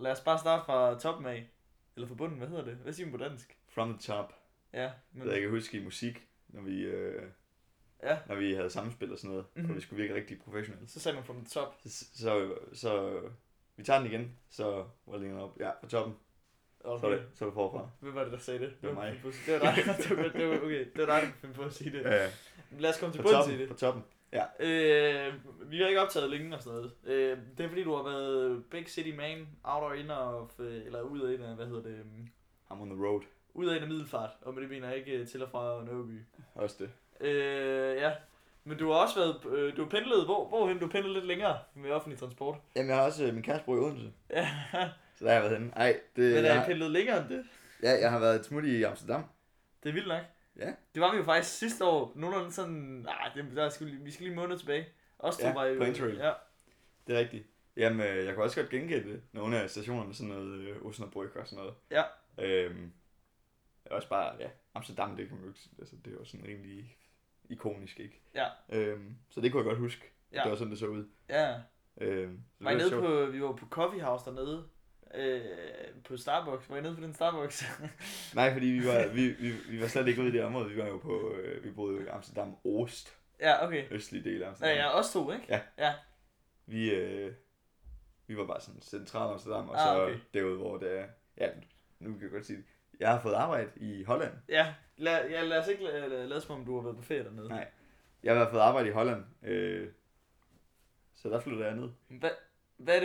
lad os bare starte fra toppen af. Eller fra bunden, hvad hedder det? Hvad siger man på dansk? From the top. Ja. Men... Jeg kan huske i musik, når vi havde samspil og sådan noget, og vi skulle virke rigtig professionelt. Så sagde man from the top. Så vi tager den igen, så var det op. Ja, på toppen. Okay. Så er det forfra. Hvem var det, der sagde det? Det var mig. Det var dig, der fandt på at sige det. Ja. Lad os komme til bunds i det. På toppen, ja. Vi har ikke optaget længe og sådan noget. Det er fordi, du har været big city man, out or in of, eller ud og ind af, hvad hedder det? I'm on the road. Ud og ind af Middelfart, og med det mener jeg ikke til og fra Nørreby. Også det. Ja. Men du har også været, du har pendlet, hvorhen du pendlet lidt længere med offentlig transport? Jamen jeg har også min kæreste bor i Odense. Ja. Så der har jeg været henne. Men er jeg pendlet længere end det? Ja, jeg har været et smut i Amsterdam. Det er vildt nok. Ja. Det var vi jo faktisk sidste år, nogenlunde sådan, vi skal lige måneder tilbage. Også ja, var jo, på Interrail. Ja. Det er rigtigt. Jamen, jeg kan også godt genkende nogle af stationerne, sådan noget Osnabrück og sådan noget. Ja. Også bare, ja, Amsterdam, det kan man jo ikke, altså det er jo sådan rimelig ikonisk, ikke? Ja. Så det kunne jeg godt huske. Ja. Det var sådan, det så ud. Ja. Vi var på Coffee House dernede. På Starbucks. Var I nede på den Starbucks? Nej, fordi vi var slet ikke ude i det område. Vi var jo på, vi boede jo i Amsterdam Ost. Ja, okay. Østlige del af Amsterdam. Ja, os to, ikke? Ja. Vi var bare sådan centralt Amsterdam, og okay. så derude, hvor det er, ja, nu kan jeg godt sige det. Jeg har fået arbejde i Holland. Ja, lad os ikke lade som om du har været på ferie dernede. Nej, jeg har fået arbejde i Holland, så der flyttede jeg ned. Hvad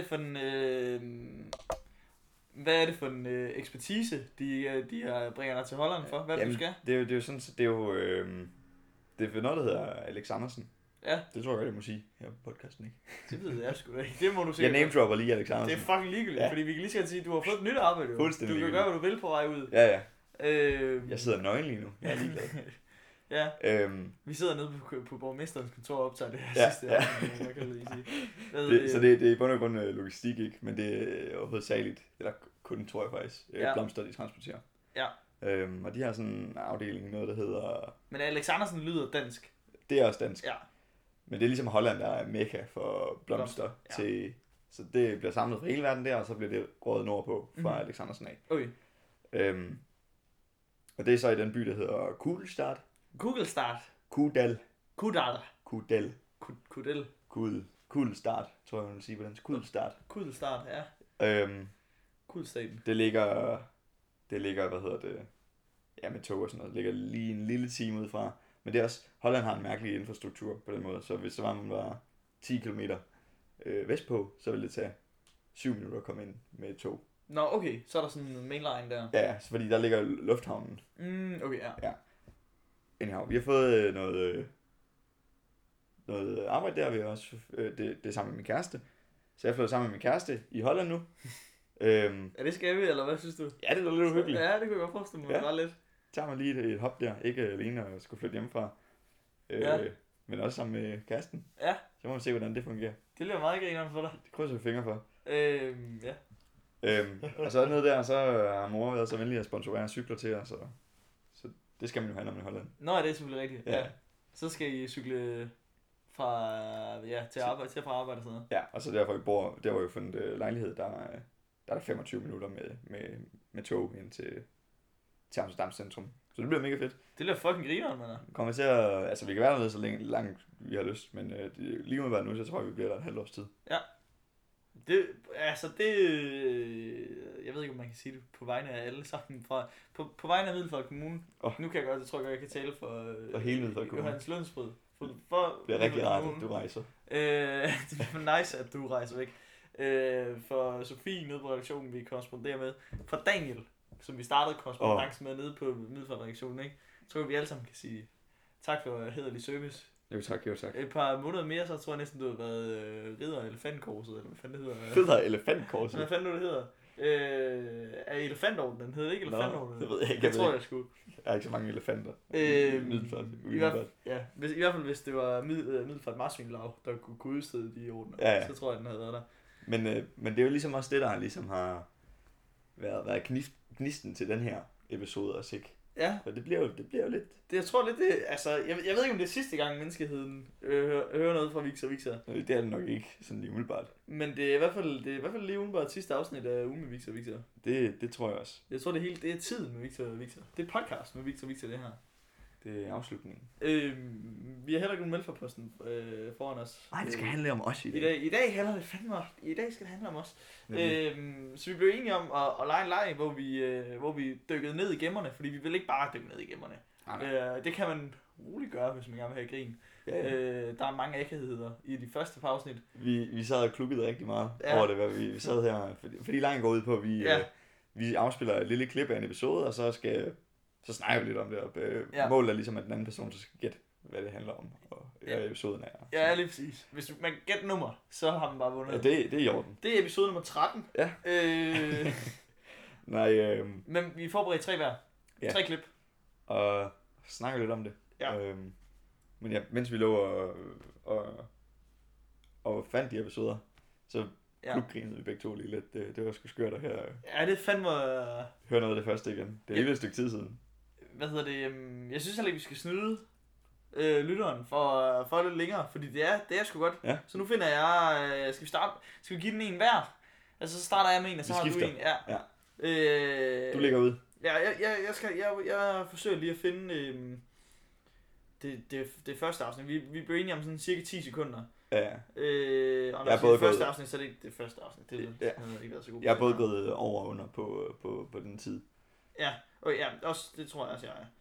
er det for en ekspertise, de bringer dig til Holland for? Hvad du skal? Det er jo sådan, det er jo det er noget, der hedder Alex Andersen. Ja. Det tror jeg godt, jeg må sige her på podcasten, ikke? Det ved jeg sgu da ikke. Det må du sige. Jeg namedropper lige Alex Andersen. Det er fucking ligegyldigt, fordi vi kan lige så godt sige, at du har fået et nyt arbejde. Fuldstændig. Du kan gøre, hvad du vil på vej ud. Ja. Jeg sidder nøgen lige nu. Jeg er ligeglad. Ja. Vi sidder nede på borgmesterens kontor og optager det her sidste år. Hvad kan jeg lige sige? Så det er i bund og grund logistik, ikke? Men det er hovedsageligt, eller kun tror jeg faktisk, blomster, de transporterer. Ja. Og de har sådan en afdeling, noget der hedder... Men Alex Andersen lyder dansk. Det er også dansk. Ja. Men det er ligesom Holland, der er mekka for blomster til... Så det bliver samlet fra hele verden der, og så bliver det rådet nordpå fra Alex Andersen af. Okay. Og det er så i den by, der hedder Kudelstad. Kudel. Kudelstad, tror jeg, man vil sige på dansk. Kudelstad, ja. Kudelstaden. Det ligger, hvad hedder det, ja, med tog og sådan noget, det ligger lige en lille time udefra. Men det er også, Holland har en mærkelig infrastruktur på den måde, så hvis man var 10 km vestpå, så ville det tage 7 minutter at komme ind med et tog. Nå, okay, så er der sådan en mainline der. Ja, fordi der ligger lufthavnen. Okay, ja. Anyhow, vi har fået noget arbejde der, vi har også, det er sammen med min kæreste. Så jeg har flyttet sammen med min kæreste i Holland nu. Er det skal vi, eller hvad synes du? Ja, det er lidt uhyggeligt. Ja, det kunne jeg godt forestille mig, det var lidt. Tager mig lige et hop der, ikke alene at skulle flytte hjemmefra. Men også sammen med kæresten. Ja. Så må man se, hvordan det fungerer. Det lyder meget grineren for dig. Det krydser vi fingre for. Ja. Og så nede der, så har mor været så venlig at sponsorere cykler til os, så det skal man jo have, når man i Holland. Nå, det er selvfølgelig rigtigt. Ja. Så skal I cykle til fra arbejde og sådan noget. Ja, og så derfor vi bor, der hvor vi fundet lejlighed, der er der 25 minutter med tog ind til Amsterdam centrum. Så det bliver mega fedt. Det bliver fucking grineren, man. Kommer til at, altså vi kan være dernede så langt vi har lyst, men lige umiddelbart nu, så tror jeg, vi bliver der et halvt års tid. Ja. Jeg ved ikke, om man kan sige det på vegne af alle sammen. På vegne af Middelfart Kommune. Nu kan jeg godt, jeg tror jeg kan tale for hele Middelfart Kommune. Johannes Lundsbrød. Det er rigtig rart, at du rejser. Det er nice, at du rejser væk. For Sofie nede på redaktionen, vi korresponderer med. For Daniel, som vi startede korrespondance med nede på Middelfart-redaktionen, ikke? Så tror vi alle sammen kan sige tak for hæderlig service. Jo tak. Et par måneder mere, så tror jeg næsten, du har været ridder elefantkorset, eller hvad fanden det hedder. Ridder elefantkorset? Hvad fanden nu det hedder? Er elefantordenen, hedder det ikke elefantordenen? Det ved jeg ikke. Jeg tror jeg sgu. Jeg har ikke så mange elefanter. Middelfart. I hvert fald hvis det var Middelfart Marsvinlaug, der kunne udstede de ordner, så tror jeg, den havde været der. Men det er jo ligesom også det, der ligesom har været gnisten til den her episode også, ikke? Ja. For det bliver jo lidt... Jeg tror lidt, jeg ved ikke, om det er sidste gang, menneskeheden hører noget fra Victor. Det er det nok ikke, sådan lige umiddelbart. Men det er i hvert fald lige umiddelbart sidste afsnit af Uge med Victor. Det tror jeg også. Jeg tror, det er tiden med Victor. Det er podcast med Victor, det her. Det er afslutningen. Vi har heller ikke nogen mail fra posten foran os. Nej, det skal handle om os i dag. I dag handler det fandme om. I dag skal det handle om os. Så vi blev enige om at lege en leg, hvor vi dykkede ned i gemmerne, fordi vi vil ikke bare dykke ned i gemmerne. Det kan man roligt gøre, hvis man gerne vil have grin. Ja. Der er mange akavigheder i de første par afsnit. Vi sad og klukkede rigtig meget over det, hvad vi sad her. Fordi lejen går ud på, at vi afspiller et lille klip af en episode, og så snakker vi lidt om det, og målet er ligesom, at den anden person så skal gætte, hvad det handler om, og hvad episoden er. Ja, lige præcis. Hvis man gætter nummer, så har man bare vundet. Ja, det er i orden. Det er episode nummer 13. Ja. Men vi forbereder 3 hver. 3 klip. Og snakker lidt om det. Ja. Men ja, mens vi lå og fandt de episoder, så grinede vi begge to lige lidt. Det var sgu skørt at høre. Ja, det fandme... Høre noget af det første igen. Det er lige et stykke tid siden. Jeg synes heller ikke, vi skal snyde lytteren for lidt længere, fordi det er sgu godt. Ja. Så nu finder jeg... Skal vi give den en hver? Altså, så starter jeg med en, og så har du en. Ja. Du ligger ud. Ja, jeg forsøger lige at finde det første afsnit. Vi blev enige om sådan cirka 10 sekunder. Ja. Og når det første afsnit, så er det ikke det første afsnit. Det har ikke været så god. Jeg har både gået over og under på den tid. Ja, også, det tror jeg også, jeg er.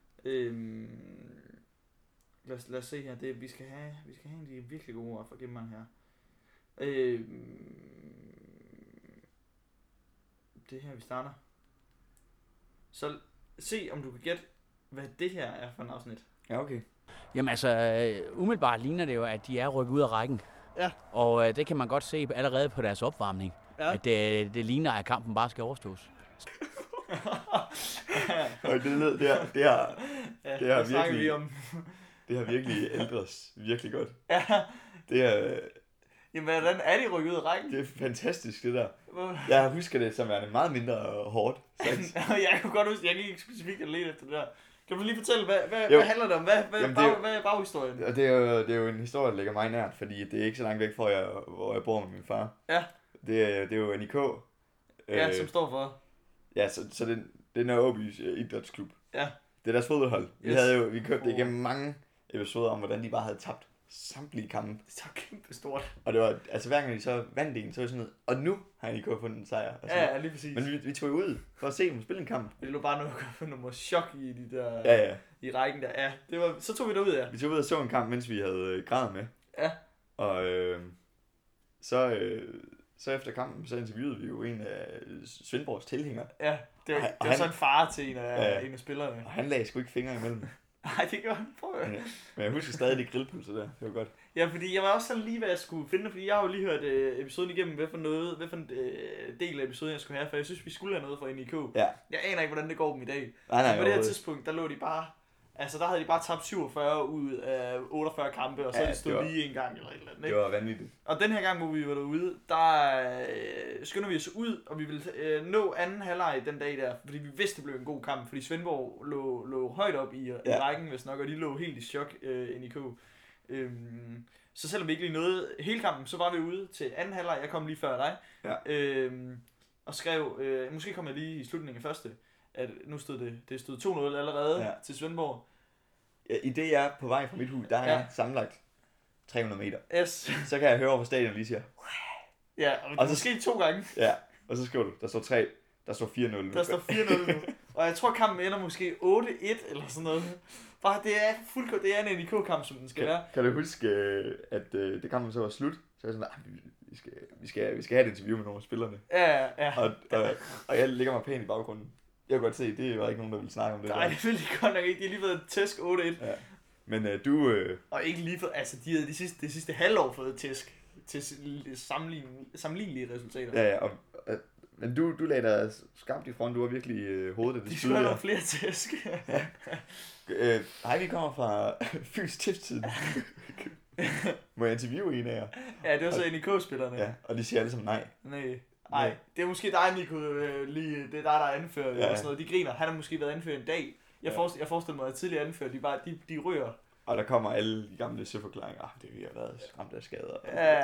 Lad os se her. Vi skal have en af de virkelig gode ord fra gemmeren her. Det her, vi starter. Så se, om du kan gætte, hvad det her er for en afsnit. Ja, okay. Jamen altså, umiddelbart ligner det jo, at de er rykket ud af rækken. Ja. Og det kan man godt se allerede på deres opvarmning. Ja. At det ligner, at kampen bare skal overstås. Og det har virkelig ændret os virkelig godt. Ja. Det er... Jamen, hvordan er de rykket ud af rækken? Det er fantastisk, det der. Jeg husker det som værende meget mindre hårdt. Jeg kunne godt huske, jeg gik ikke specifikt at lede efter det der. Kan du lige fortælle, hvad handler det om? Hvad er baghistorien? Det er jo en historie, der ligger mig nært, fordi det er ikke så langt væk fra, hvor jeg bor med min far. Ja. Det er jo NIK. Som står for? Ja, så det er Nørrebys idrætsklub. Ja. Det er deres fodboldhold. Vi kørte det igennem mange episoder om, hvordan de bare havde tabt samtlige kampe. Det er så kæmpe stort. Og det var, altså hver gang de så vandt en, så var det sådan noget, og nu har NIK fundet en sejr. Ja, lige præcis. Men vi tog ud for at se dem spille en kamp. Det lå bare noget chok i de der, i rækken der. Ja, så tog vi derud, ja. Vi tog ud og så en kamp, mens vi havde græd med. Ja. Og så efter kampen, så interviewede vi jo en af Svendborgs tilhængere. Ja, det var så en far til en af spillerne. Og han lagde sgu ikke fingre imellem. Nej, det gjorde han. Men jeg husker stadig de grillpølser der. Det var godt. Ja, fordi jeg var også sådan lige, hvad jeg skulle finde, fordi jeg har jo lige hørt episoden igennem, hvad for en del af episoden jeg skulle have, for jeg synes, vi skulle have noget fra NIK. Ja. Jeg aner ikke, hvordan det går dem i dag. Nej, men på det her tidspunkt, der lå de bare, altså der havde de bare tabt 47 ud af 48 kampe, og så havde de stået lige en gang eller et eller andet. Ikke? Det var vanvittigt. Og den her gang, hvor vi var derude, der skynder vi os ud, og vi ville nå anden halvleg den dag der, fordi vi vidste, det blev en god kamp, fordi Svendborg lå højt op i rækken, hvis nok, og de lå helt i chok, NIK. Så selvom vi ikke lige nåede hele kampen, så var vi ude til anden halvleg. Jeg kom lige før dig. Ja. Og skrev, måske kom jeg lige i slutningen af første, at nu stod det stod 2-0 allerede til Svendborg. Ja, i det jeg er på vej fra mit hus, der er sammenlagt 300 meter. Yes. Så kan jeg høre over på stadion lige siger. Ja, og så måske 2 gange. Ja, og så skriver du, der står 3, der står 4-0 nu. Der står 4-0 nu. Og jeg tror kampen ender måske 8-1 eller sådan noget. Bare det er en NIK-kamp, som den skal være. Kan du huske, at det kampen så var slut? Så er jeg sådan, vi skal have et interview med nogle af spillerne. Ja. Og jeg ligger mig pænt i baggrunden. Jeg kan godt se, det var ikke nogen, der ville snakke om det. Nej, det ville de godt nok ikke. De har lige været tæsk 8-1. Ja. Men du... Og ikke lige for... Altså, de havde det sidste halvår fået tæsk til sammenlignelige resultater. Ja, men du lagde dig skarpt i front. Du var virkelig hovedet af det. De skulle have flere tæsk. Hej, vi kommer fra Fyns Stiftstiden. Må jeg interviewe en af jer? Ja, det var så NIK-spillerne. Ja, og de siger alle sammen nej. Nej, det er måske dig, Nico, det er dig, der er anført og sådan noget. De griner. Han har måske været anført en dag, Jeg forestiller mig, at tidligere anfører, de ryger. Og der kommer alle de gamle søforklaringer. Det vi har været ramt af skader.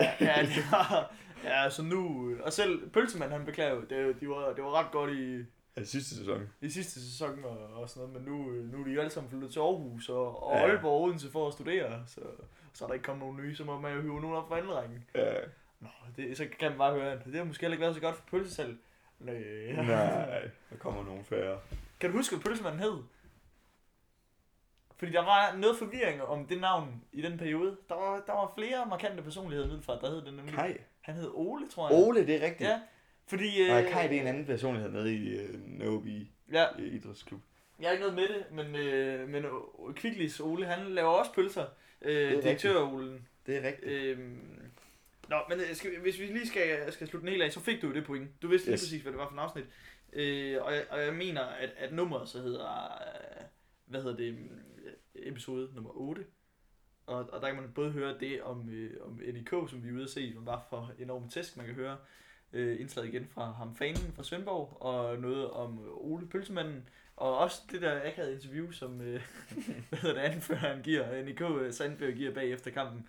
Ja, så nu... Og selv Pølsemand, han beklager jo, det var ret godt i sidste sæson. I sidste sæson og sådan noget, men nu er de jo alle sammen flyttet til Aarhus og Aalborg og Odense for at studere, så er der ikke kommet nogen nye, så må man jo hive nogen op fra anden rækken. Ja. Nå, så kan man bare høre, at det har måske heller ikke været så godt for pølsesalg. Nej, der kommer nogen færre. Kan du huske, hvad Pølsemanden hed? Fordi der var noget forvirring om det navn i den periode. Der var flere markante personligheder Middelfart, der hed den nemlig. Kai. Han hed Ole, tror jeg. Ole, det er rigtigt. Ja, fordi... Kai, det er en anden personlighed nede i Nobi idrætsklub. Jeg har ikke noget med det, men Kvicklis Ole, han laver også pølser. Direktør-Olen. Det er rigtigt. Nå, men hvis vi lige skal slutte den helt af, så fik du jo det point. Du vidste lige præcis, hvad det var for en afsnit. Og jeg mener, at nummeret så hedder, episode nummer 8. Og der kan man både høre det om NIK, som vi er ude at se, som var for enormt tæsk. Man kan høre indslaget igen fra ham fanen fra Svendborg, og noget om Ole Pølsemanden. Og også det der akavede interview, som anføreren giver, NIK Sandberg giver bag efter kampen.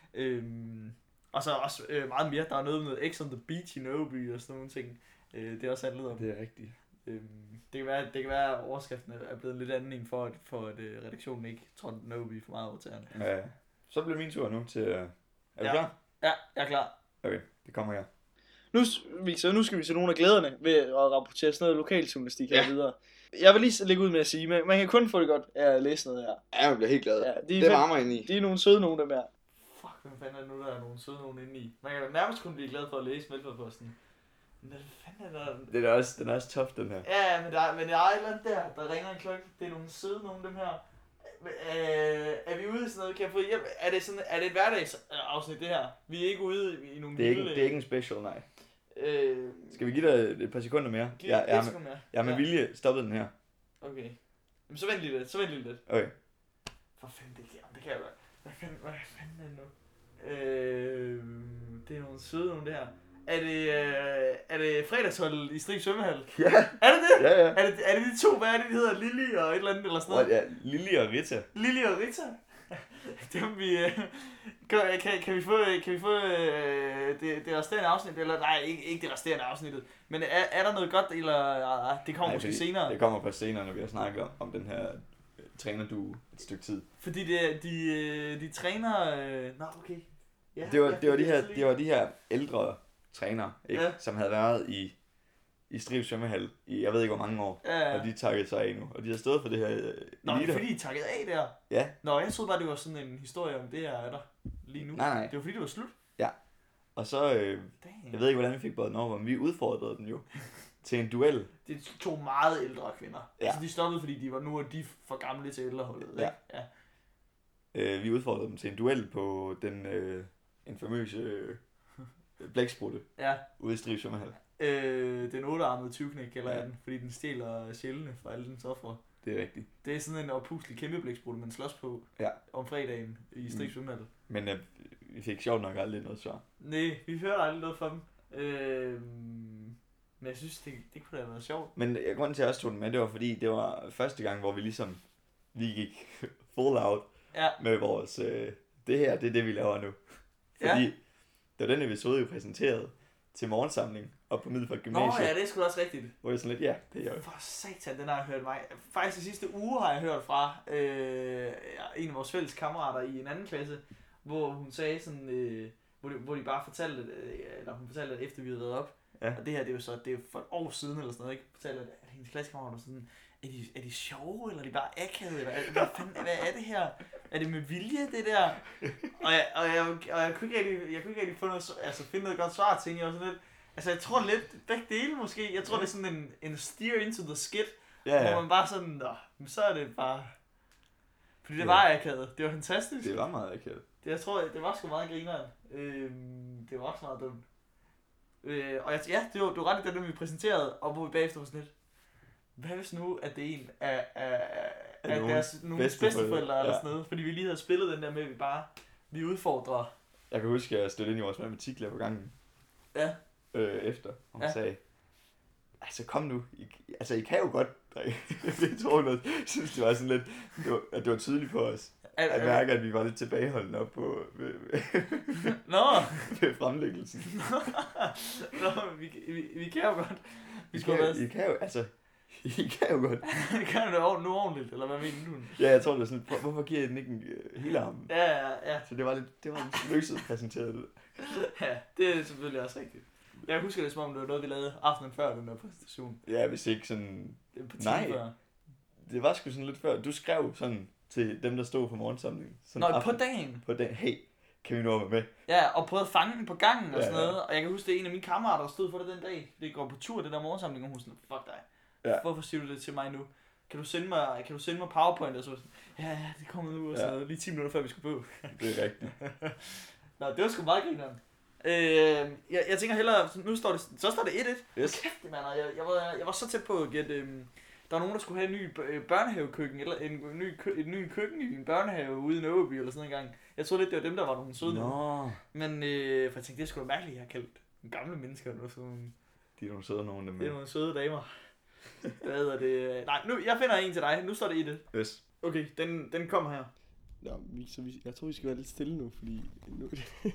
Og så også meget mere, der er noget X on the Beach i Noby og sådan nogle ting. Det er også handlet om. Det er rigtigt. Det kan være at overskriften er blevet lidt anden for at redaktionen ikke trådte Noby for meget over tæerne. Ja, så bliver min tur nu til... Er du klar? Ja, jeg er klar. Okay, det kommer her. Nu skal vi se nogle af glæderne ved at rapportere sådan noget lokaljournalistik her videre. Jeg vil lige lægge ud med at sige, man kan kun få det godt af at læse noget her. Ja, jeg bliver helt glad. Ja, det varmer ind i. De er nogle søde nogen, dem her. Fuck, hvem fanden er det nu, der er nogle søde nogen inde i? Man kan nærmest kun blive glad for at læse Middelfartposten. Men hvad fanden er der? Den er også tough, den her. Ja, men der er et eller andet der ringer en klokke. Det er nogle søde nogen, dem her. Er vi ude i sådan noget? Kan jeg få hjælp? Er det et hverdagsafsnit, det her? Vi er ikke ude i nogle det er ikke en special, nej. Skal vi give dig et par sekunder mere? Jeg har med vilje stoppet den her. Okay. Jamen, så vent lige lidt. Okay. For fanden, det kan jeg være. Hvad fanden er det nu? Det er nogle søde nogle der. Er det fredagsholdet i Strig Svømmehal? Ja. Er det det? Ja. Er det de to, hvad er det, de hedder? Lili og et eller andet eller sådan noget? Ja, Lili og Rita. Lili og Rita? Dem vi... Kan vi få det resterende afsnit? Eller nej, ikke det resterende afsnittet. Men er der noget godt, eller det kommer måske senere? Det kommer først senere, når vi har snakket om den her træner du et stykke tid. Fordi de træner... Nå, okay. Ja, det var de her ældre trænere, ikke? Ja. Som havde været i Striv Svømmehal i jeg ved ikke hvor mange år, og de takkede sig af nu. Og de har stået for det her Nå, det er fordi de takkede af der? Ja. Nå, jeg troede bare, det var sådan en historie om det her er der lige nu. Nej. Det var fordi, det var slut? Ja. Og så, jeg ved ikke hvordan vi fik båden over, men vi udfordrede den jo til en duel. Det er to meget ældre kvinder. Ja. Altså de stoppede, fordi de var de for gamle til ældreholdet. Ja. Ja. Vi udfordrede dem til en duel på den infamøse blæksprutte ude i Striv Svømmehal. Den 8-armede 20-knæk kalder den, fordi den stjæler sjælene fra alle dens ofre. Det er rigtigt. Det er sådan en oppuslig kæmpe blæksprutte, man slås på om fredagen i Strig Svømmehal. Men vi fik sjovt nok aldrig noget svar. Nej, vi hørte aldrig noget fra dem. Men jeg synes, det kunne da have været sjovt. Men grunden til at jeg også tog den med, det var fordi, det var første gang, hvor vi gik full out med vores, det her, det er det, vi laver nu. Fordi det var den episode, vi præsenterede til morgensamling op på Middelfart Gymnasium. Nå ja, det er sgu da også rigtigt. Hvor jeg sådan lidt, det er jo. For satan, den har jeg hørt mig. Faktisk de sidste uge har jeg hørt fra en af vores fælles kammerater i en anden klasse, hvor hun sagde sådan, hvor de bare fortalte, eller hun fortalte, at efter vi havde været op, og det her, det er jo for et år siden eller sådan noget, ikke? Fortalte, at hendes klassekammerater sådan, er de sjove, eller er de bare akavede, eller hvad er det her? Er det med vilje, det der? Og jeg kunne ikke rigtig finde noget godt svar til hende. Jeg var sådan lidt, altså jeg tror lidt, begge dele måske. Jeg tror, det er sådan en steer into the skit, hvor man bare sådan, men så er det bare... Fordi det var akavet. Det var fantastisk. Det var meget akavet. Jeg tror, det var sgu meget grineren. Det var også meget dumt. Og det var ret i det, vi præsenterede, og hvor vi bagefter var sådan lidt, hvad hvis nu, at det er en af deres bedsteforældre eller sådan noget, fordi vi lige havde spillet den der med, at vi udfordrer. Jeg kan huske, at jeg stødte ind i vores matematiklærer på gangen. Ja. Efter, og hun sagde, Altså kom nu. I kan jo godt drikke. Jeg tror noget. Jeg synes, det var sådan lidt, at det var tydeligt for os. At mærke, at vi var lidt tilbageholdende op på ved fremlæggelsen. Nå, vi kan jo godt. I kan jo godt. Kan du det nu ordentligt, eller hvad mener du? Ja, jeg tror det var sådan, hvorfor giver jeg den ikke en hele armen? Ja. Så det var lidt løset præsenteret. Ja, det er selvfølgelig også rigtigt. Jeg husker det, som om det var noget, vi lavede aftenen før den der præsentation. Ja, hvis ikke sådan... Det er på Nej, før. Det var sgu sådan lidt før. Du skrev sådan til dem, der stod for morgensamlingen. Nå, på dagen? På dagen. Hey, kan vi nå at være med? Ja, og prøvede at fange den på gangen og sådan noget. Og jeg kan huske, det er en af mine kammerater, der stod for det den dag. Det går på tur, det der morgensamling, og hun sådan, fuck dig. Ja. Hvorfor siger du det til mig nu? Kan du sende mig PowerPoint? Og så sådan, ja, det kommer nu og sådan noget. Lige 10 minutter før vi skulle på. Det er rigtigt. Nå, det var sgu meget grineren. Jeg tænker hellere, så står det 1-1. Yes. Kæft, mand, jeg var så tæt på at gætte, der var nogen, der skulle have en ny børnehavekøkken, eller et ny køkken i en børnehave ude i Nåby, eller sådan en gang. Jeg troede lidt, det var dem, der var nogle søde. Nå. Men for jeg tænkte, det er sgu da mærkeligt, jeg har kaldt gamle mennesker nu sådan. De er nogle søde nogen, dem. Det er nogle søde damer. Hvad hedder det? Nej, nu, jeg finder en til dig. Nu står det 1-1. Yes. Okay, den kommer her. Nå, jeg tror, vi skal være lidt stille nu, fordi nu...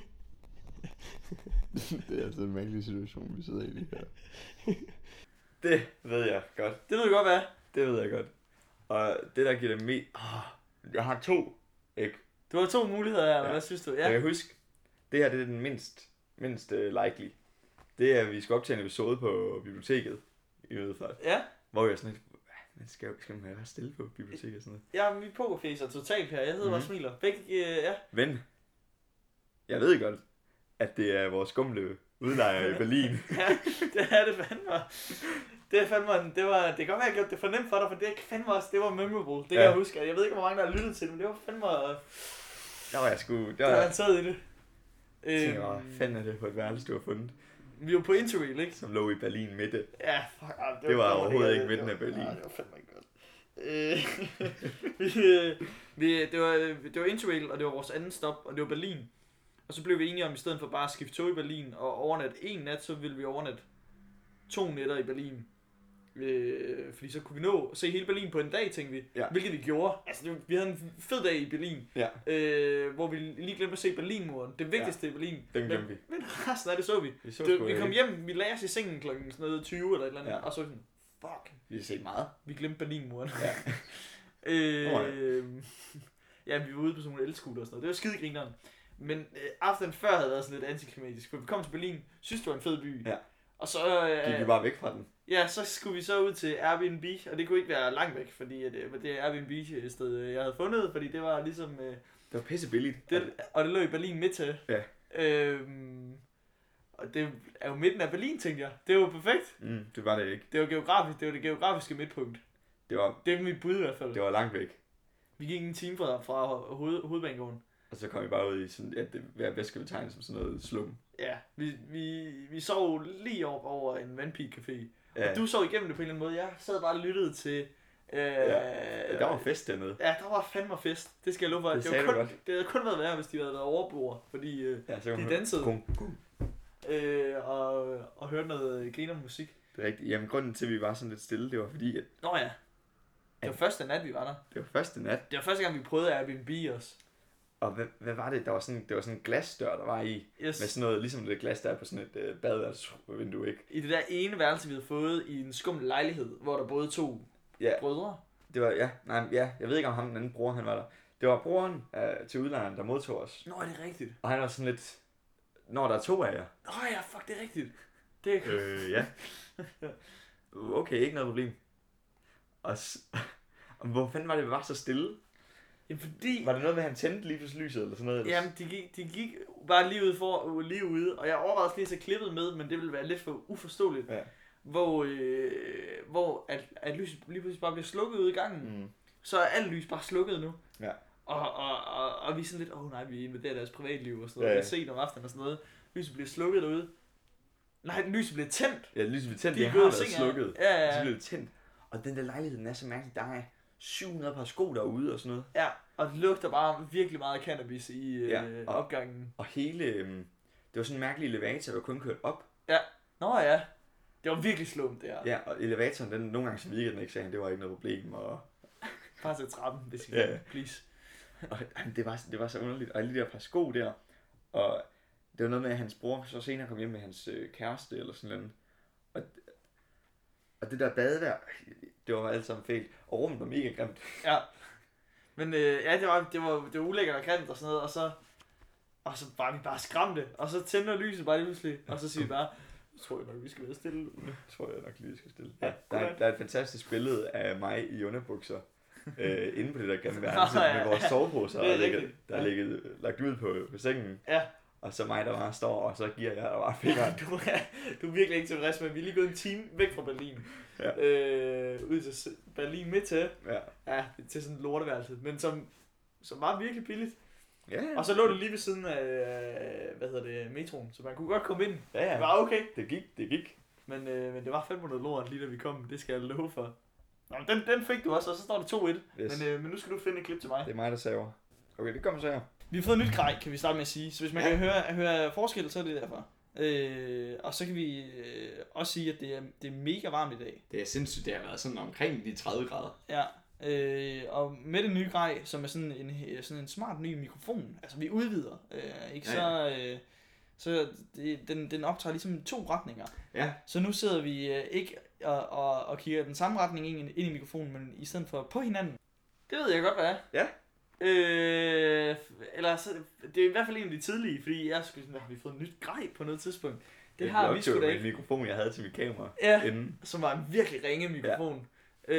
Det er altså en mærkelig situation, vi sidder i lige her. Det ved jeg godt. Det ved jeg godt, hvad? Det ved jeg godt. Og det, der giver det mest... jeg har 2, ikke? Du har 2 muligheder her, eller hvad synes du? Ja. Jeg kan huske, det her det er den mindst likely. Det er, at vi skal optage en episode på biblioteket i Middelfart. Ja. Hvor jeg sådan lidt, men skal man være stille på biblioteket og sådan noget? Ja, vi pokerfacer totalt her. Jeg hedder bare Smiler. Begge, ja. Men, jeg ved godt, at det er vores skumle udlejer i Berlin. Ja, det er det fandme. Det kan godt være, at jeg gjort det for nemt for dig, for det fandme også, det var memorable. Det kan jeg huske. Jeg ved ikke, hvor mange der har lyttet til det, men det var fandme... Der var jeg sgu... Der var taget i det. Hvad fanden er det på et værelse, du har fundet? Vi var på Interrail, ikke? Som lå i Berlin midte. Ja, fuck. Det var overhovedet ikke midten af Berlin. Nej, det var fandme ikke godt. Det var Interrail, og det var vores anden stop, og det var Berlin. Og så blev vi enige om, i stedet for bare at skifte tog i Berlin og overnatte en nat, så ville vi overnatte 2 nætter i Berlin. Fordi så kunne vi nå at se hele Berlin på en dag, tænkte vi. Ja. Hvilket vi gjorde. Altså, vi havde en fed dag i Berlin. Ja. Hvor vi lige glemte at se Berlinmuren. Det vigtigste i Berlin. Den glemte vi. Men resten af det så vi. Vi kom hjem, vi lagde os i sengen klokken sådan noget 20 eller et eller andet. Ja. Og så sådan, fuck. Vi har set meget. Vi glemte Berlinmuren. Ja. Ja, vi var ude på sådan nogle elskuter og sådan noget. Det var skidegrineren. Men aftenen før havde været sådan lidt antiklimatisk. For vi kom til Berlin, synes det var en fed by. Ja. Og så gik vi bare væk fra den. Ja, så skulle vi så ud til Airbnb, og det kunne ikke være langt væk, fordi det Airbnb-sted, jeg havde fundet, fordi det var ligesom... Det var pisse billigt. Og det lå i Berlin midt til. Ja. Og det er jo midten af Berlin, tænkte jeg. Det var jo perfekt. Det var det ikke. Det var det geografiske midtpunkt. Det var mit bud i hvert fald. Det var langt væk. Vi gik en time fra hovedbanegården. Og så kom vi bare ud i sådan, at det bedst skal betegnes som sådan noget slum. Ja, vi sov lige over en vandpigcafé. Ja. Og du sov igennem det på en eller anden måde. Jeg sad bare og lyttede til... der var fest dernede. Ja, der var fandme fest. Det skal jeg love for. Det havde kun været værre, hvis de havde været overbord. Fordi de dansede. Og hørte noget griner musik. Det er rigtigt. Jamen grunden til, at vi var sådan lidt stille, det var fordi, at... Nå ja. Det var første nat, vi var der. Det var første nat. Det var første gang, vi prøvede Airbnb også. Og hvad var det? Det var sådan en glasdør, der var i. Yes. Med sådan noget, ligesom det glas, der er på sådan et badeværelsesvindue, ikke? I det der ene værelse, vi havde fået i en skummel lejlighed, hvor der boede 2 brødre. Det var, jeg ved ikke, om ham den anden bror, han var der. Det var broren til udlejeren, der modtog os. Nå, er det rigtigt? Og han var sådan lidt, når der er 2 af jer. Ja, fuck, det er rigtigt. Det er ja. Okay, ikke noget problem. Og hvor fanden var det, vi var så stille? Jamen fordi... Var det noget med, at han tændte lige pludselig lyset eller sådan noget? Eller? Jamen, de gik bare lige ude, og jeg overvejede også lige at se klippet med, men det ville være lidt for uforståeligt. Ja. Hvor at lyset lige pludselig bare bliver slukket ude i gangen. Så er alt lys bare slukket nu. Ja. Og vi er sådan lidt, nej, vi invaderer deres privatliv og sådan noget. Ja. Vi er set om aftenen og sådan noget. Lyset bliver slukket derude. Nej, lyset bliver tændt. Ja, lyset bliver tændt. Det har været slukket. Ja. Så bliver det tændt. Og den der lejlighed, er så mærkelig. Der er 700 par sko derude og sådan noget. Ja, og det lugter bare virkelig meget cannabis i opgangen. Og hele, det var sådan en mærkelig elevator, der kun kørte op. Ja, nå ja. Det var virkelig slumt, det her. Ja, og elevatoren, nogle gange så virkede den ikke, sagde han, det var ikke noget problem. Og Bare til trappen, hvis I Ja. kan, please. Og det var så underligt. Og alle de der par sko der. Og det var noget med, at hans bror så senere kom hjem med hans kæreste eller sådan noget. Og det der badevær, det var alt sammen fælt. Og rummet var mega grimt. Ja. Men ja, det var ulækkert og grimt og sådan noget, og så var vi bare skræmte. Og så tænder lyset bare lige pludselig, og så siger vi bare, tror jeg nok, vi skal være stille. Tror jeg nok lige, vi skal stille. Ja, Ja, der er et fantastisk billede af mig i underbukser. Inde på det der gamle værelse med vores soveposer, der er lagt ud på sengen. Ja. Og så mig, der bare står, og så giver jeg der bare fingeren. Du er virkelig ikke tilfreds med, vi er lige gået en time væk fra Berlin. Ja. Ud til Berlin midt til. Ja. Ja, til sådan et lorteværelse, men som var virkelig billigt. Ja. Og så lå det lige ved siden af, metroen, så man kunne godt komme ind. Ja. Det var okay. Det gik. Men det var 500 lort lige da vi kom, det skal jeg love for. Nå, den fik du også, og så står det 2-1. Yes. Men nu skal du finde et klip til mig. Det er mig, der saver. Okay, det kommer så her. Vi har fået et nyt grej, kan vi starte med at sige. Så hvis man kan høre forskel, så er det derfor. Og så kan vi også sige, at det er mega varmt i dag. Det er sindssygt, det har været sådan omkring de 30 grader. Ja. Og med det nye grej, som er sådan en smart ny mikrofon. Altså vi udvider, ikke? Så den optager ligesom 2 retninger. Ja. Så nu sidder vi ikke og kigger den samme retning ind i mikrofonen, men i stedet for på hinanden. Det ved jeg godt, hvad er. Ja. Eller så, det er i hvert fald en af de tidlige, fordi jeg skulle sådan, har vi fået et nyt grej på noget tidspunkt. Det har vi sgu da med ikke. en mikrofon, jeg havde til mit kamera. Ja, inden. som var en virkelig ringe mikrofon. Ja.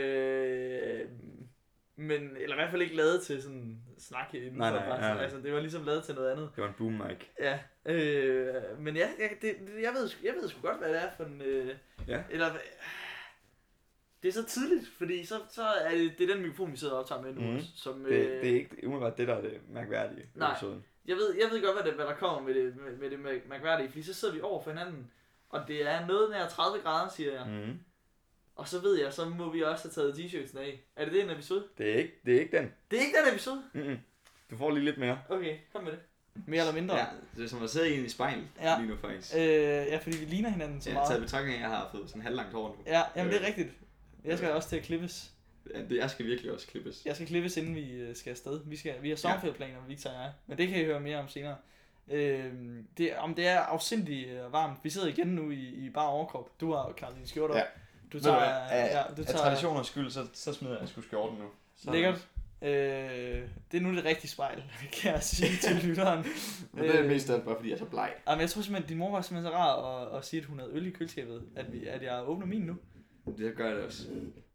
Men, eller i hvert fald ikke lavet til sådan snak inden. Nej. Altså, det var ligesom lavet til noget andet. Det var en boom mic. Ja, men ja, jeg ved sgu godt, hvad det er for en... Ja. Eller... Det er så tidligt, fordi så er det den mikrofon, vi sidder og optager med nu også. Som, det er ikke umiddelbart det, der er det mærkværdige i episoden. Jeg ved godt, hvad der kommer med det mærkværdige, fordi så sidder vi over for hinanden, og det er noget nær 30 grader, siger jeg. Mm. Og så ved jeg, så må vi også have taget t-shirtsen af. Er det en episode? Det er ikke den. Det er ikke den episode? Mm-mm. Du får lige lidt mere. Okay, kom med det. Mere eller mindre. Ja, det er som at sidde i en spejl lige nu faktisk. Ja, fordi vi ligner hinanden så meget. Jeg taget betragtning af, at jeg har fået sådan halvlangt hår nu. Ja, jamen det er rigtigt. Jeg skal også til at klippes. Jeg skal virkelig også klippes. Jeg skal klippes, inden vi skal afsted. Vi har sommerferieplaner, Victor og jeg. Men det kan I høre mere om senere. Det er afsindigt varmt. Vi sidder igen nu i bare overkrop. Du har klaret din skjorte op. Ja. Du tager... Af traditioners skyld, så smider jeg sgu skjorten nu. Lækkert. Det er nu det rigtige spejl, kan jeg sige til lytteren. Men det er mest af bare fordi jeg er så bleg. Men jeg tror simpelthen, at din mor var simpelthen så rar at sige, at hun havde øl i køleskabet, at jeg åbner min nu. Det gør jeg det også.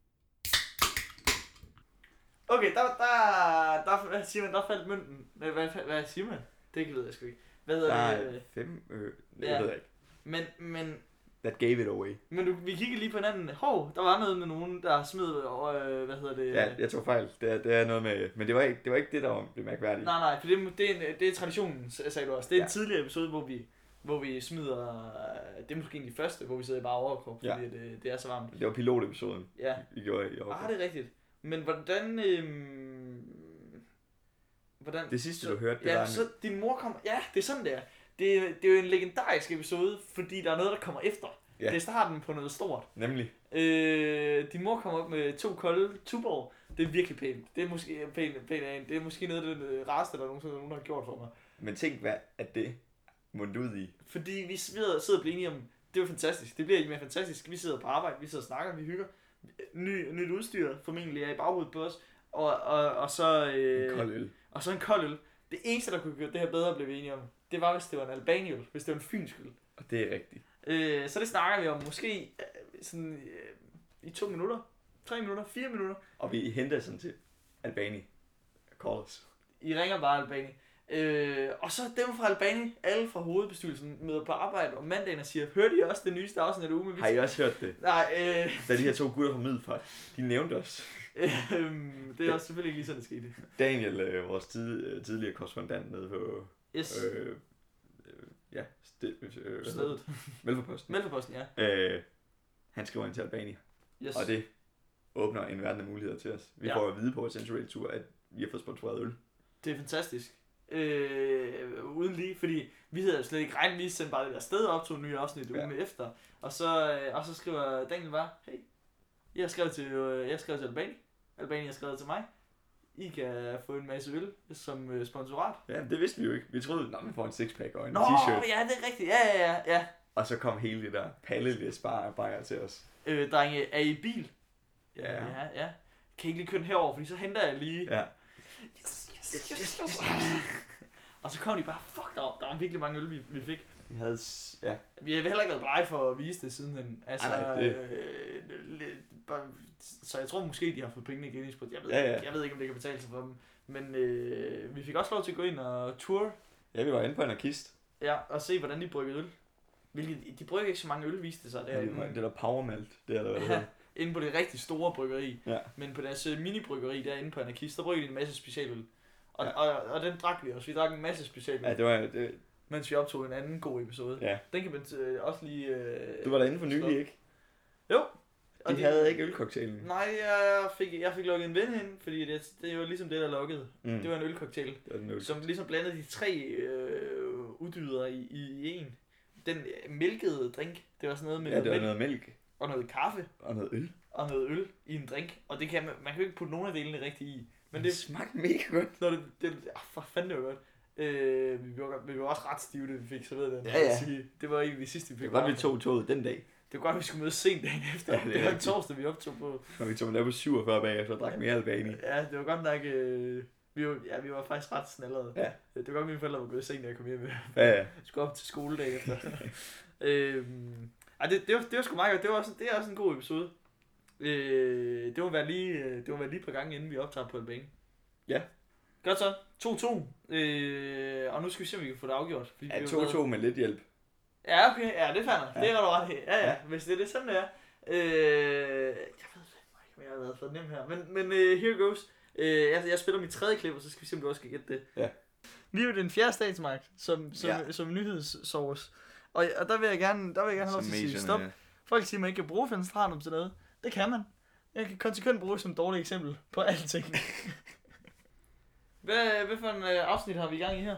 Okay, hvad siger man, der faldt mønten. Hvad siger man? Det ved jeg sgu ikke. Hvad hedder det? 5 det ved jeg ikke. Men That gave it away. Men vi kiggede lige på hinanden. Der var noget med nogen, der smed over, hvad hedder det? Ja, jeg tog fejl. Det er noget med, men det var ikke det, der var det mærkværdige. Nej, for det er traditionen, sagde du også. Det er en tidligere episode, hvor vi smider, det er måske egentlig første, hvor vi sidder i bare overkrop, fordi det er så varmt. Det var pilotepisoden, vi gjorde i overkrop. Det er rigtigt. Men hvordan... Det sidste, du hørte, det var... var... så din mor kommer... Ja, det er sådan, det er. Det er jo en legendarisk episode, fordi der er noget, der kommer efter. Ja. Det er starten på noget stort. Nemlig. Din mor kommer op med 2 kolde Tuborg. Det er virkelig pænt. Det er måske pænt. Det er måske noget af det rareste, der nogen har gjort for mig. Men tænk, hvad er det mundt ud i? Fordi vi sidder og bliver enige om, det er jo fantastisk. Det bliver ikke mere fantastisk. Vi sidder på arbejde, vi sidder og snakker, vi hygger. Nyt udstyr formentlig er i baghovedet på os. Og så... en kold øl. Og så en kold øl. Det eneste, der kunne gøre det her bedre, blev vi enige om, det var, hvis det var en albaniøl, hvis det var en fynsk øl. Og det er rigtigt. Så det snakker vi om måske sådan i 2 minutter, 3 minutter, 4 minutter. Og vi henter sådan til Albani. Call us. I ringer bare Albani. Og så dem fra Albani, alle fra hovedbestyrelsen, møder på arbejde om mandagen og siger, hørte I også det nyeste afsnit af uge med Victor? Har I også hørt det? Nej. Da de her 2 gutter fra Middelfart, de nævnte os. Det er også selvfølgelig ikke lige sådan, det skete. Daniel, vores tidligere korrespondent nede på... Yes. Stedet. Mælkeposten, ja. Han skriver ind til Albani. Yes. Og det åbner en verden af muligheder til os. Vi får at vide på vores interrail-tur, at vi har fået sponsoreret øl. Det er fantastisk. uden lige, fordi vi havde slet ikke regnet, vi sendte bare det der sted op, tog en ny afsnit ugen efter, og så skriver Daniel bare, hey, jeg har skrevet til Albani har skrevet til mig, I kan få en masse øl som sponsorat. Ja, det vidste vi jo ikke. Vi troede, at man får en sixpack og en Nå, t-shirt. ja, det er rigtigt, ja. Og så kom hele det der pallelæs bajer til os. Drenge, er I bil? Ja. Kan I ikke lige køre den herover, fordi så henter jeg lige. Ja. Yes. Og så kom de bare, fuck, der var virkelig mange øl, vi fik. Vi havde, ja. Vi har heller ikke været blege for at vise det sidenhen. Altså, så jeg tror måske, de har fået pengene igen. Jeg ved ikke, om det kan betale sig for dem. Men vi fik også lov til at gå ind og tour. Ja, vi var inde på Anarkist. Ja, og se, hvordan de brygger øl. De brygger ikke så mange øl, viste det sig. Det der Powermalt, det er der, hvad det hedder. Inde på det rigtig store bryggeri. Ja. Men på deres mini-bryggeri derinde på Anarkist, der brygger de en masse specialøl. Og den drak vi også. Vi drak en masse specialøl. Ja, det var... Mens vi optog en anden god episode. Ja. Den kan man også lige... Du var derinde for nylig, ikke? Jo. De havde ikke ølcocktailen. Nej, jeg fik lukket en ven ind, fordi det var ligesom det, der lukkede. Det var en ølcocktail, som ligesom blandede de 3 uddyder i en. Den mælkede drink, det var sådan noget med det var noget mælk. Og noget kaffe. Og noget øl. Og noget øl i en drink. Og det kan man kan jo ikke putte nogen af delene rigtigt i. Men det smagte mega godt. Når for fanden det var godt. Vi var også ret stive, det vi fik serveret den. Ja. Det var egentlig det sidste, vi fik. Det var godt, vi tog toget den dag. Det var godt, vi skulle møde sent dagen efter. Ja, det var en torsdag, vi optog på. Og vi tog med på 47 bagefter og drak mere Albani. Ja, det var godt nok... vi var faktisk ret snallerede. Ja. Det var godt, mine forældre var gået sent, da jeg kom hjem. Ja. Skulle op til skoledag efter. Det var sgu meget godt. Det er også en god episode. Det må være lige et par gange, inden vi optager på Albani. Ja. Godt så. 2-2. Og nu skal vi se, om vi kan få det afgjort. Fordi Ja, 2-2 med lidt hjælp. Ja, okay. Ja, det fandt jeg. Det er du ret her. Ja. Hvis det er sådan, det er. Jeg ved ikke, om jeg har været for nem her. Men here goes. Jeg spiller mit 3. klip, og så skal vi se, om du også kan gætte det. Ja. Vi er jo den 4. statsmagt, som nyhedssource. Og der vil jeg gerne have lov til at sige stop. Folk siger, at man ikke kan bruge Fenstrandum til noget. Det kan man. Jeg kan konsekvent bruge som et dårligt eksempel på alting. Hvad for en afsnit har vi i gang i her?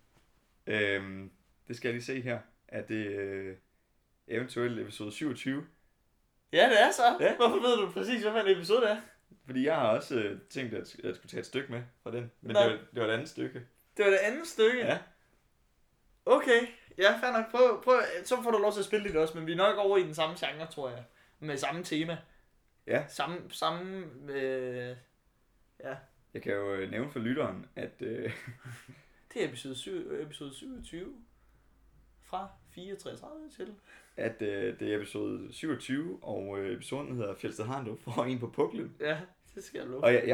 Det skal jeg lige se her. Er det eventuelt episode 27? Ja, det er så. Ja. Hvorfor ved du præcis, hvad for en episode det er? Fordi jeg har også tænkt, at jeg skulle tage et stykke med fra den. Men det var et andet stykke. Det var det andet stykke? Ja. Okay. Ja, fair nok. Prøv. Så får du lov til at spille det også, men vi er nok over i den samme genre, tror jeg. Med samme tema. Ja. Samme ja. Jeg kan jo nævne for lytteren, at... Det er episode 27 fra 433 til. At det er episode 27, og episoden hedder Fjeldsted Harndrup får en på puklen. Ja, det skal jeg love. Og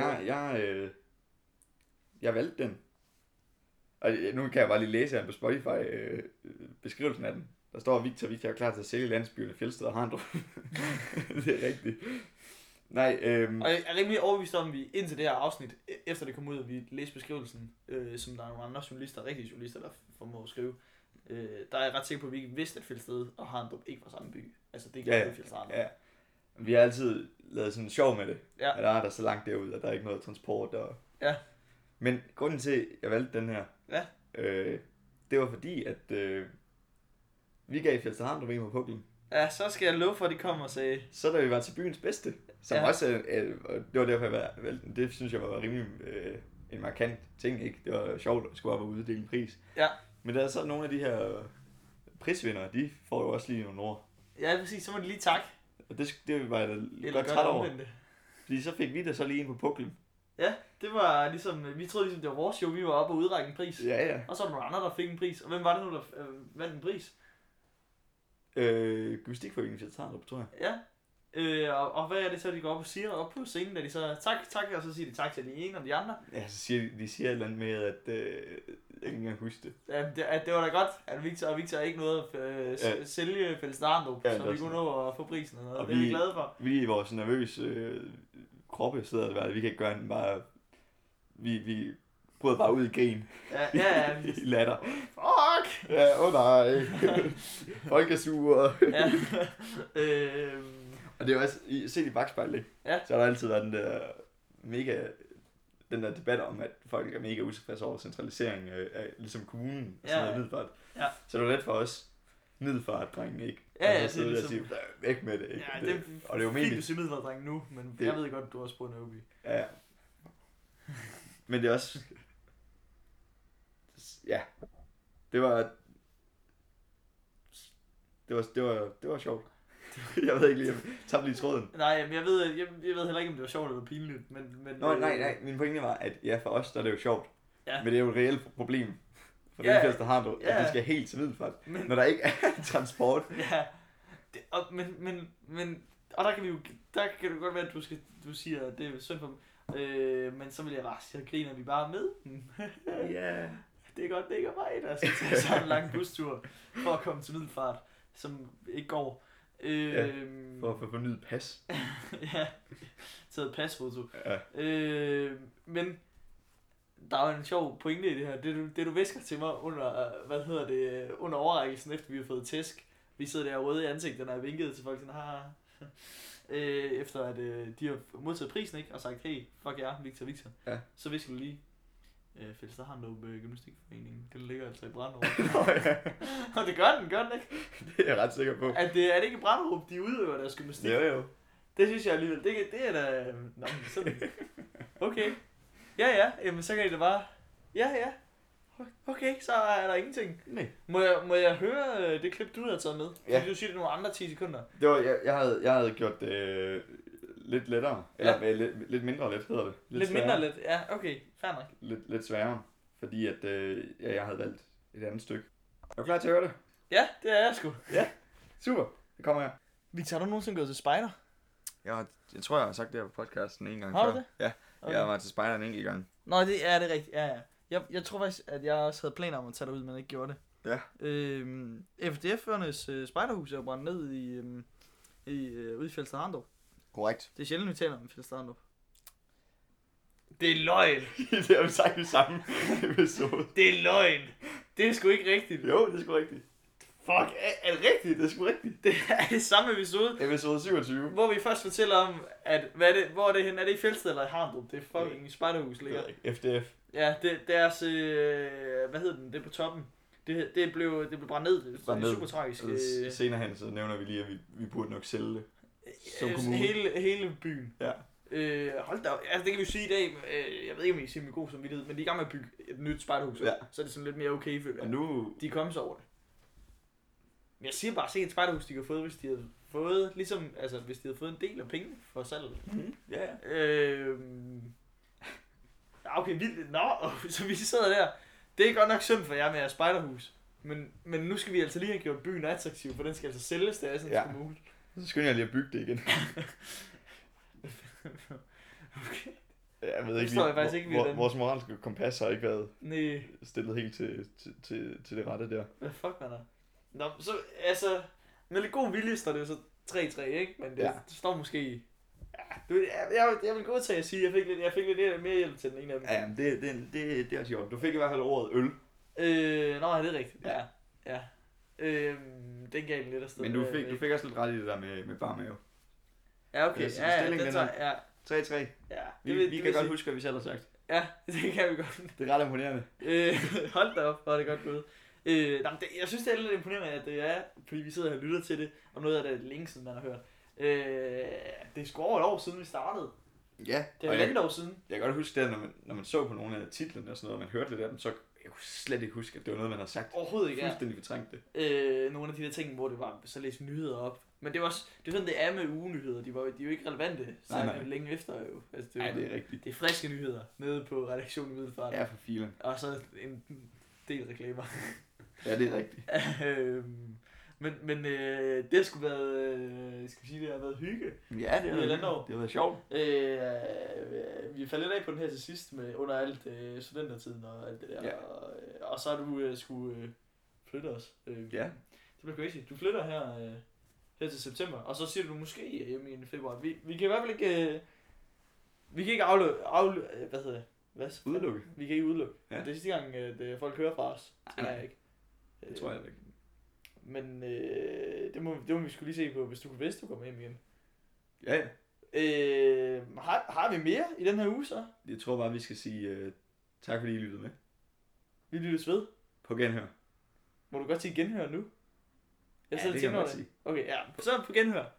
jeg valgte den. Og nu kan jeg bare lige læse her på Spotify beskrivelsen af den. Der står, Victor er klar til at sælge landsbyerne Fjeldsted og Harndrup. Det er rigtigt. Nej, Og jeg er rimelig overbevist om, at vi indtil det her afsnit, efter det kom ud, at vi læste beskrivelsen, som der er nogle andre journalister, rigtige journalister, der formår at skrive, der er jeg ret sikker på, at vi ikke vidste, at Fjeldsted og Harndrup ikke var samme by. Altså det gør Fjeldsted Harndrup. Ja. Vi har altid lavet sådan sjov med det. Ja. At der er der så langt derud, at der er ikke noget transport. Ja. Men grunden til, at jeg valgte den her, det var fordi, at vi gav Fjeldsted Harndrup en på puklen. Ja, så skal jeg love for, at de kommer og sagde... Så da vi var til byens bedste, som også, det var derfor, jeg valgte den. Det synes jeg var rimelig en markant ting, ikke? Det var sjovt at skulle op og uddele en pris. Ja. Men der er så nogle af de her prisvindere, de får jo også lige nogle ord. Ja, præcis. Så må de lige tak. Og det var jeg godt træt over. Fordi så fik vi da så lige en på puklen. Ja, det var ligesom, vi troede ligesom, det var vores show, vi var oppe og udrække en pris. Ja. Og så var der nogle andre, der fik en pris. Og hvem var det nu, der vandt en pris? Gymnastikforeningen Fjeldsted Harndrup, tror jeg. Ja. Og hvad er det så, de går op og siger op på scenen, da de så tak, og så siger de tak til de ene og de andre? Ja, så siger de siger et eller andet med, at jeg kan ikke engang huske det. Ja, det var da godt, at Victor ikke nåede at sælge Fjeldsted Harndrup, så vi kunne nå at få prisen og noget. Og det er vi glade for. Vi i vores nervøse kroppe sidder der, vi kan ikke gøre den bare... Vi bryder bare ud i grin. Ja. I latter. Fuck! Ja, nej. Folk er sure. Ja. Og det er jo også, set i bagspejlet, ja. Så har der altid været den der mega den der debat om, at folk er mega utilfredse over centralisering af ligesom kommunen og sådan noget middelfart. Ja. Så det var let for os middelfart-drenge, ikke? Ja, det er ligesom... Sige, væk med det, ikke? Ja, det og det er jo fint, du siger middelfart-drenge nu, men jeg ved godt, du har også på Nøby. Ja. Men det er også... Ja. Det var sjovt. Jeg ved ikke lige, jeg tabte lige tråden. Nej, men jeg ved heller ikke, om det var sjovt eller pinligt, men nej, min pointe var, at ja, for os der er det jo sjovt. Ja. Men det er jo et reelt problem for den fleste, der har det, at det skal helt til Middelfart, når der ikke er transport. Ja, men der kan det godt være, at du siger, at det er synd for dem. Men så vil jeg bare sige, at griner vi bare med. Ja. Det er godt, det ikke er mig, der skal tage sådan en lang bustur for at komme til Middelfart, som ikke går. For at få fornyet pas. Ja, taget pasfoto. Ja. Men der er jo en sjov pointe i det her. Det du visker til mig under, under overrækkelsen, efter vi har fået tæsk. Vi sidder der røde i ansigtet, når jeg vinkede til folk, sådan, efter at de har modtaget prisen, ikke, og sagt, hey, fuck jer, Victor. Ja. Så visker du lige, Fælles Harndrup Gymnastikforening, det ligger altså i Branderup. Og det gør den ikke? Det er jeg ret sikker på. Er det ikke i Branderup, de udøver deres gymnastik? Jo. Det synes jeg alligevel, det er da... Nå, sådan. Okay. Ja, jamen så kan I da bare... Ja. Okay, så er der ingenting. Nej. Må jeg høre det klip, du har taget med? Ja. Fordi du siger det nogle andre 10 sekunder. Det var, jeg havde gjort det lidt lettere. Eller lidt mindre let hedder det. Lidt mindre let? Ja, okay. Fair nok. Lidt sværere. Fordi at jeg havde valgt et andet stykke. Er du klar til at høre det? Ja, det er jeg sgu. Ja, super. Det kommer her. Victor, har du nogensinde gået til spejder? Jeg tror, jeg har sagt det her på podcasten en gang før. Har du det? Ja, okay. Jeg var til spejder en enkelt gang. Nå, det er rigtigt. Ja. Jeg tror faktisk, at jeg også havde planer om at tage dig ud, men ikke gjorde det. Ja. FDF'ernes spejderhus er jo brændt ned ude i Fælles Harndrup. Korrekt. Det er sjældent, vi taler om Fælles Harndrup. Det er løgn. Det har vi sagt i samme episode. Det er løgn. Det er sgu ikke rigtigt. Jo, det er sgu rigtigt. Fuck, er det rigtigt? Det er sgu rigtigt. Det er det samme episode. Episode 27. Hvor vi først fortæller om, at hvor er det henne? Er det i Felsted eller i Harndrup? Det er fucking spejderhus ligger. FDF. Ja, deres, hvad hedder den? Det er på toppen. Det blev brændt ned. Det er super tragisk. Senere hen, så nævner vi lige, at vi burde nok sælge det. Som kommune. Hele byen. Ja. Hold da, altså det kan vi sige i dag, jeg ved ikke om I siger med god samvittighed, men de er i gang med at bygge et nyt spejderhus, ja. Så er det sådan lidt mere okay, føler jeg. Og nu... De er kommet så over det. Men jeg siger bare, se et spejderhus, de kan få, hvis de havde fået, ligesom, altså hvis de havde fået en del af penge for salget. Mm-hmm. Ja. Okay, vildt. Nå, så vi sidder der. Det er godt nok synd for jer med jeres spejderhus. Men nu skal vi altså lige have gjort byen attraktiv, for den skal altså sælges, det er sådan muligt. Så skynder jeg lige at bygge det igen. Okay. Jeg ved ikke lige, vores moralske kompas har ikke været stillet helt til det rette der. Hvad fuck, man er? Nå, så altså, med lidt god vilje står det jo så 3-3, ikke? Men det står måske i... Ja, jeg vil godt tage at sige, jeg fik lidt mere hjælp til den ene af dem. Ja, men det er også sjovt. Du fik i hvert fald ordet øl. Nå, det er rigtigt. Ja. Den gav den lidt afsted. Men du fik også lidt ret i det der med bar mave. Ja, okay. Den tager, 3-3. Ja. Vi kan godt huske, hvad vi selv har sagt. Ja, det kan vi godt. Det er ret imponerende. Hold da op, hvor er det godt gået. Jeg synes, det er lidt imponerende, at det er, fordi vi sidder her og lytter til det, og noget af det længe siden, man har hørt. Det er sgu over et år siden, vi startede. Ja. Det er et år siden. Jeg kan godt huske det, når man så på nogle af titlerne og sådan noget, og man hørte lidt af dem, så jeg kunne slet ikke huske, at det var noget, man havde sagt. Overhovedet ikke, fuldstændig fortrængt det. Nogle af de der ting, hvor det var så læst nyheder op. Men det er også, det er sådan, det er med ugenyheder. De er jo ikke relevante, så længe efter jo. Altså, det er rigtigt. Det er friske nyheder nede på redaktionen i Middelfart. Ja, for filen. Og så en del reklamer. Ja, det er rigtigt. Men det har sgu været, skal vi sige, det har været hygge. Ja, det har været sjovt. Vi faldt lidt af på den her til sidst, under alt studentertiden og alt det der. Ja. Og så har du skulle flytte os. Ja. Det bliver crazy. Du flytter her til september, og så siger du måske hjemme i februar. Vi kan i hvert fald ikke... vi kan ikke hvad hedder det? Udelukke. Vi kan ikke udelukke. Ja. Det er sidste gang, at folk hører fra os. Nej, jeg ikke. Det tror jeg ikke. Men det må vi skulle lige se på, hvis du kommer hjem igen. Ja. Har vi mere i den her uge så? Jeg tror bare, vi skal sige tak, fordi I lyttede med. Vi lyttes ved. På genhør. Må du godt sige genhør nu? Jeg Ja, sidder det og kan tænker man over godt det. sige. Okay, ja. Så på genhør.